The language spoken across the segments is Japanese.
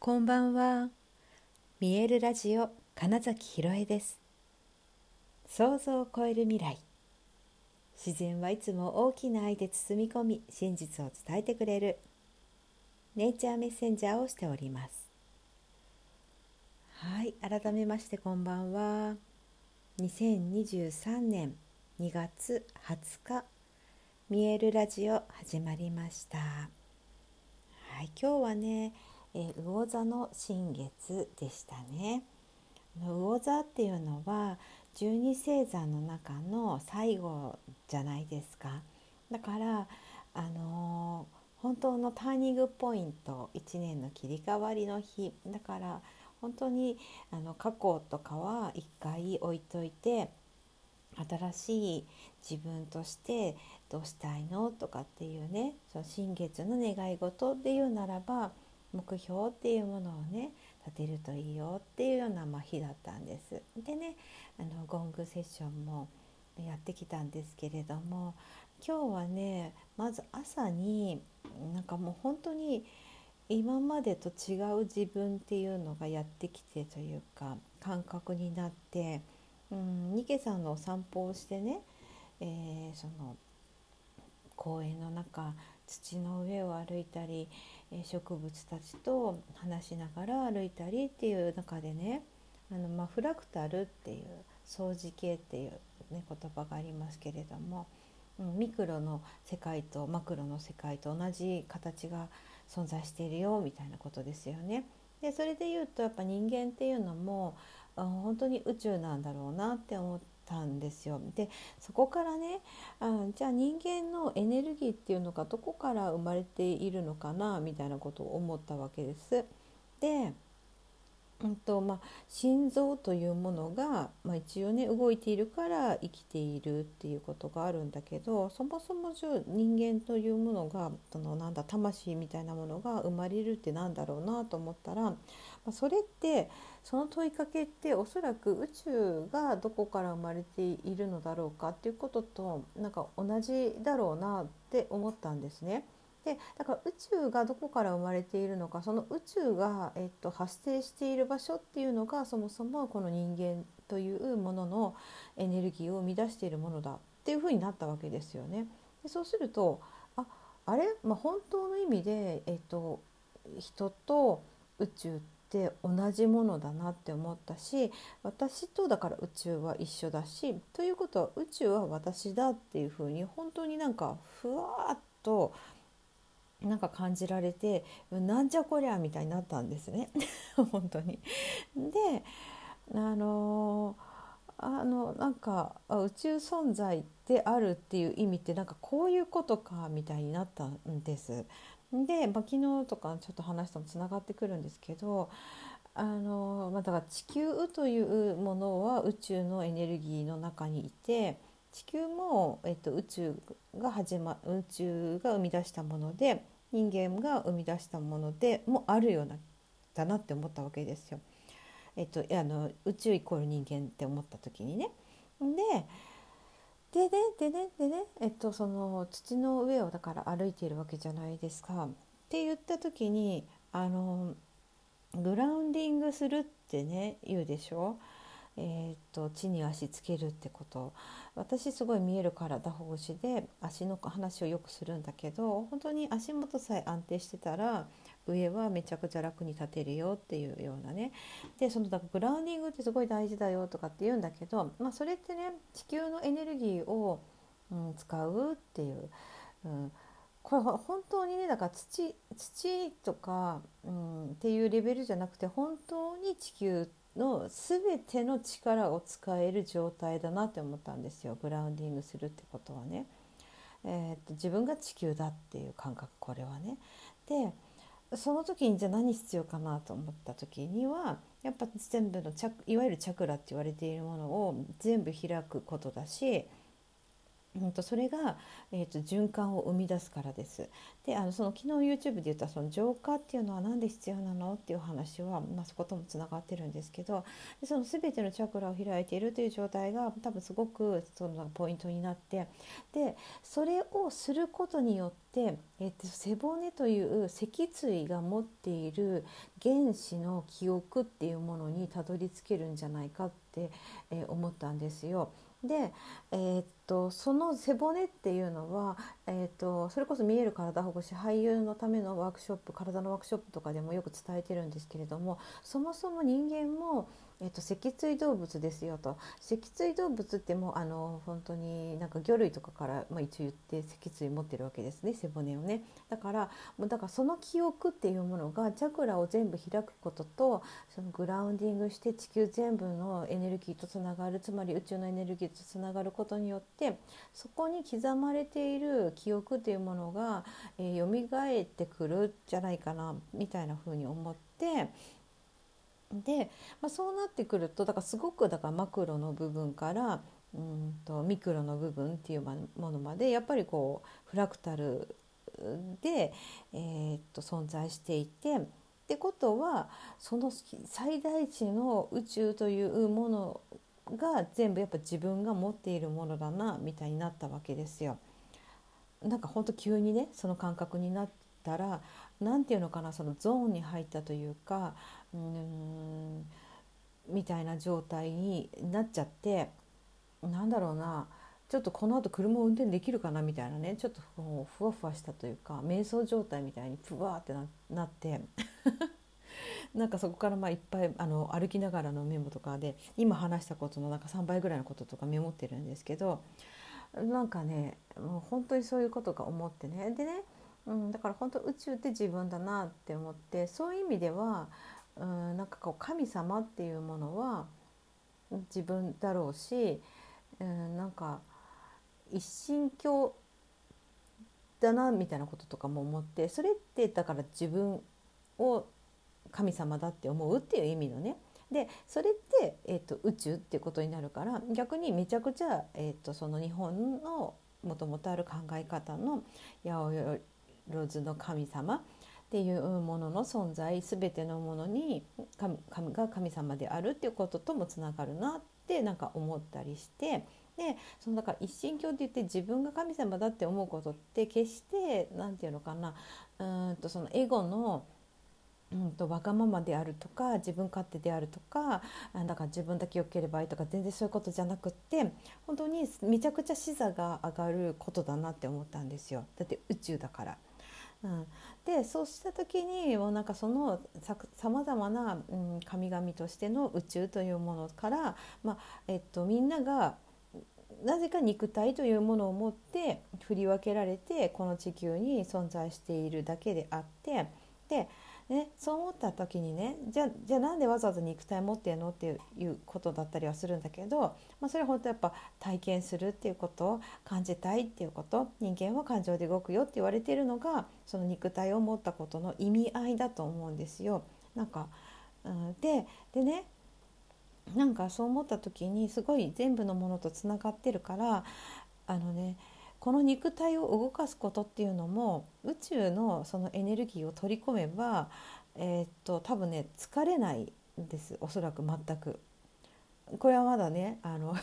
こんばんは。見えるラジオ金崎ひろえです。想像を超える未来。自然はいつも大きな愛で包み込み、真実を伝えてくれるネイチャーメッセンジャーをしております。はい、改めましてこんばんは。2023年2月20日、見えるラジオ始まりました。はい、今日はね、魚座の新月でしたね。魚座っていうのは十二星座の中の最後じゃないですか。だから本当のターニングポイント、1年の切り替わりの日だから、本当に過去とかは一回置いといて、新しい自分としてどうしたいのとかっていうね、その新月の願い事っていうならば、目標っていうものをね立てるといいよっていうような日だったんです。でね、ゴングセッションもやってきたんですけれども、今日はね、まず朝にもう本当に今までと違う自分っていうのがやってきてというか、感覚になって、ニケさんのお散歩をしてね、その公園の中、土の上を歩いたり、植物たちと話しながら歩いたりっていう中でね、フラクタルっていう相似形っていう、ね、言葉がありますけれども、ミクロの世界とマクロの世界と同じ形が存在しているよみたいなことですよね。でそれで言うと、やっぱ人間っていうのも本当に宇宙なんだろうなって思ったんですよ。でそこからね、じゃあ人間のエネルギーっていうのがどこから生まれているのかなみたいなことを思ったわけです。で心臓というものが、一応ね動いているから生きているっていうことがあるんだけど、そもそも人間というものが魂みたいなものが生まれるってなんだろうなと思ったら、それってその問いかけっておそらく宇宙がどこから生まれているのだろうかっていうことと同じだろうなって思ったんですね。でだから宇宙がどこから生まれているのか、その宇宙が、発生している場所っていうのが、そもそもこの人間というもののエネルギーを生み出しているものだっていうふうになったわけですよね。でそうするとあれ、本当の意味で、人と宇宙って同じものだなって思ったし、私とだから宇宙は一緒だし、ということは宇宙は私だっていうふうに本当にふわーっと感じられて、なんじゃこりゃみたいになったんですね本当に。で宇宙存在であるっていう意味ってこういうことかみたいになったんです。で、昨日とかちょっと話ともつながってくるんですけど、だから地球というものは宇宙のエネルギーの中にいて、地球も、宇宙が生み出したもので、人間が生み出したものでもあるようなだなって思ったわけですよ。宇宙イコール人間って思った時にね。その土の上をだから歩いているわけじゃないですか。って言った時にグラウンディングするってね言うでしょ。地に足つけるってこと、私すごい見える体保護士で足の話をよくするんだけど、本当に足元さえ安定してたら上はめちゃくちゃ楽に立てるよっていうようなね。でだからグラウンディングってすごい大事だよとかって言うんだけど、それってね地球のエネルギーを、使うっていう、これ本当にね、だから土とか、っていうレベルじゃなくて、本当に地球の全ての力を使える状態だなって思ったんですよ、グラウンディングするってことはね。自分が地球だっていう感覚、これはね。でその時にじゃあ何必要かなと思った時には、やっぱ全部のいわゆるチャクラって言われているものを全部開くことだし、 それが、循環を生み出すからです。でその昨日 YouTube で言ったその浄化っていうのは何で必要なのっていう話は、そこともつながってるんですけど、でその全てのチャクラを開いているという状態が多分すごくそのポイントになって、でそれをすることによって、背骨という脊椎が持っている原子の記憶っていうものにたどり着けるんじゃないかって、思ったんですよ。で、その背骨っていうのは、それこそ見える体ほぐし俳優のためのワークショップ、体のワークショップとかでもよく伝えてるんですけれども、そもそも人間も、脊椎動物ですよと。脊椎動物ってもう本当になんか魚類とかから、一応言って脊椎持ってるわけですね、背骨をね。だからその記憶っていうものがチャクラを全部開くことと、そのグラウンディングして地球全部のエネルギーとつながる、つまり宇宙のエネルギーとつながることによって、そこに刻まれている記憶というものが、蘇ってくるんじゃないかなみたいな風に思って、で、そうなってくるとだからすごくマクロの部分からミクロの部分っていうものまでやっぱりこうフラクタルで、存在していて、ってことはその最大値の宇宙というものが全部やっぱ自分が持っているものだなみたいになったわけですよ。なんかほんと急にねその感覚になったら、なんていうのかな、そのゾーンに入ったというか、みたいな状態になっちゃって、なんだろうな、ちょっとこの後車を運転できるかなみたいなね、ちょっとこうふわふわしたというか瞑想状態みたいにふわーってなってなんかそこからいっぱい歩きながらのメモとかで今話したことのなんか3倍ぐらいのこととかメモってるんですけど、なんかねもう本当にそういうことが思ってね。でね、だから本当宇宙って自分だなって思って、そういう意味では、なんかこう神様っていうものは自分だろうし、なんか一神教だなみたいなこととかも思って、それってだから自分を神様だって思うっていう意味のね。でそれって、宇宙っていうことになるから、逆にめちゃくちゃ、その日本のもともとある考え方の八百万の神様っていうものの存在、全てのものに神が神様であるっていうことともつながるなってなんか思ったりして、でそのだから一神教って言って自分が神様だって思うことって決してなんていうのかな、そのエゴのわがままであるとか自分勝手であるとか、だから自分だけ良ければいいとか全然そういうことじゃなくって、本当にめちゃくちゃ視座が上がることだなって思ったんですよ。だって宇宙だから。でそうした時にもうなんかそのさまざまな、神々としての宇宙というものから、みんながなぜか肉体というものを持って振り分けられてこの地球に存在しているだけであって、でそう思った時にね、じゃあなんでわざわざ肉体持ってんのっていうことだったりはするんだけど、それは本当やっぱ体験するっていうこと、感じたいっていうこと、人間は感情で動くよって言われているのがその肉体を持ったことの意味合いだと思うんですよ。なんか、でね、なんかそう思った時にすごい全部のものとつながってるから、この肉体を動かすことっていうのも宇宙のそのエネルギーを取り込めば、多分ね疲れないんです、おそらく全く。これはまだね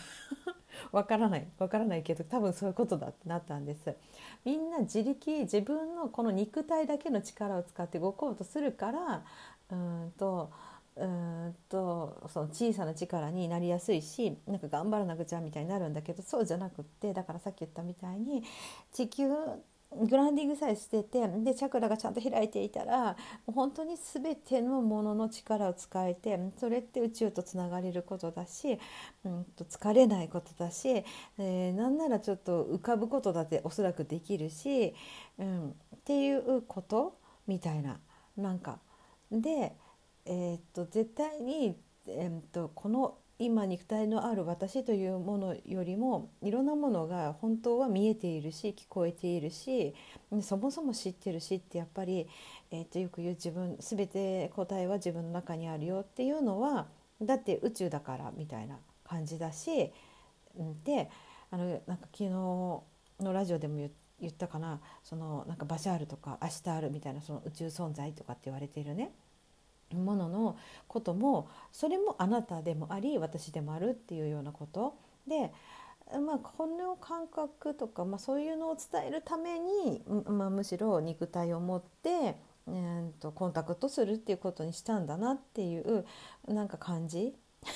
わからないけど多分そういうことだってなったんです。みんな自分のこの肉体だけの力を使って動こうとするから、うーんとその小さな力になりやすいし、なんか頑張らなくちゃみたいになるんだけど、そうじゃなくって、だからさっき言ったみたいに地球グラウンディングさえしてて、でチャクラがちゃんと開いていたら本当に全てのものの力を使えて、それって宇宙とつながれることだし、疲れないことだし、なんならちょっと浮かぶことだっておそらくできるし、っていうことみたいな、なんかで、絶対に、この今肉体のある私というものよりもいろんなものが本当は見えているし聞こえているし、そもそも知ってるしってやっぱり、よく言う自分全て答えは自分の中にあるよっていうのはだって宇宙だからみたいな感じだし、でなんか昨日のラジオでも言ったかな、そのなんかバシャールとかアシタールみたいな、その宇宙存在とかって言われているねもののことも、それもあなたでもあり私でもあるっていうようなことで、この感覚とか、そういうのを伝えるために、むしろ肉体を持って、コンタクトするっていうことにしたんだなっていうなんか感じ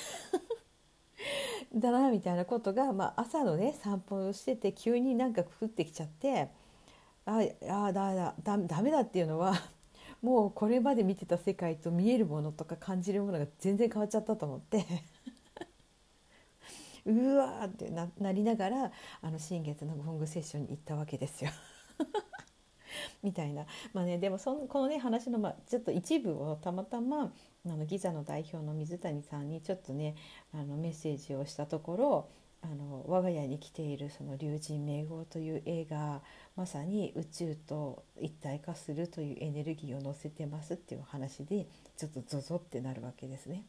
だなみたいなことが、朝のね散歩をしてて急になんか降ってきちゃって、ダメだっていうのはもうこれまで見てた世界と見えるものとか感じるものが全然変わっちゃったと思ってうわーってなりながら新月のゴングセッションに行ったわけですよみたいな。でもこのね話の、ちょっと一部をたまたまギザの代表の水谷さんにちょっとねメッセージをしたところ、我が家に来ているその龍神明号という絵がまさに宇宙と一体化するというエネルギーを乗せてますっていう話で、ちょっとゾゾってなるわけですね。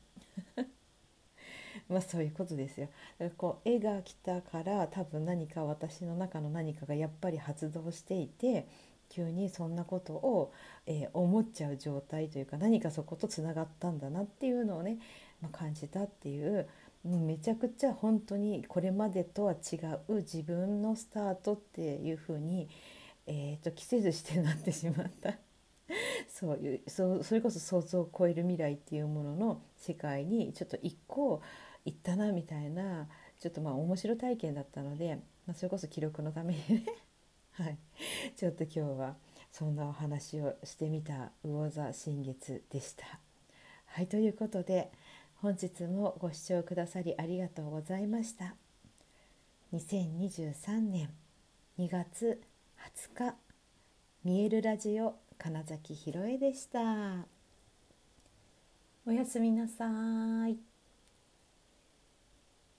そういうことですよ。だから絵が来たから多分何か私の中の何かがやっぱり発動していて、急にそんなことを、思っちゃう状態というか、何かそことつながったんだなっていうのをね、感じたっていう、めちゃくちゃ本当にこれまでとは違う自分のスタートっていうふうに、期せずしてなってしまったそういうそれこそ想像を超える未来っていうものの世界にちょっと一個行ったなみたいな、ちょっと面白体験だったので、それこそ記録のためにねはい、ちょっと今日はそんなお話をしてみた魚座新月でした。はい、ということで本日もご視聴くださりありがとうございました。2023年2月20日、見えるラジオ金崎ひろえでした。おやすみなさい。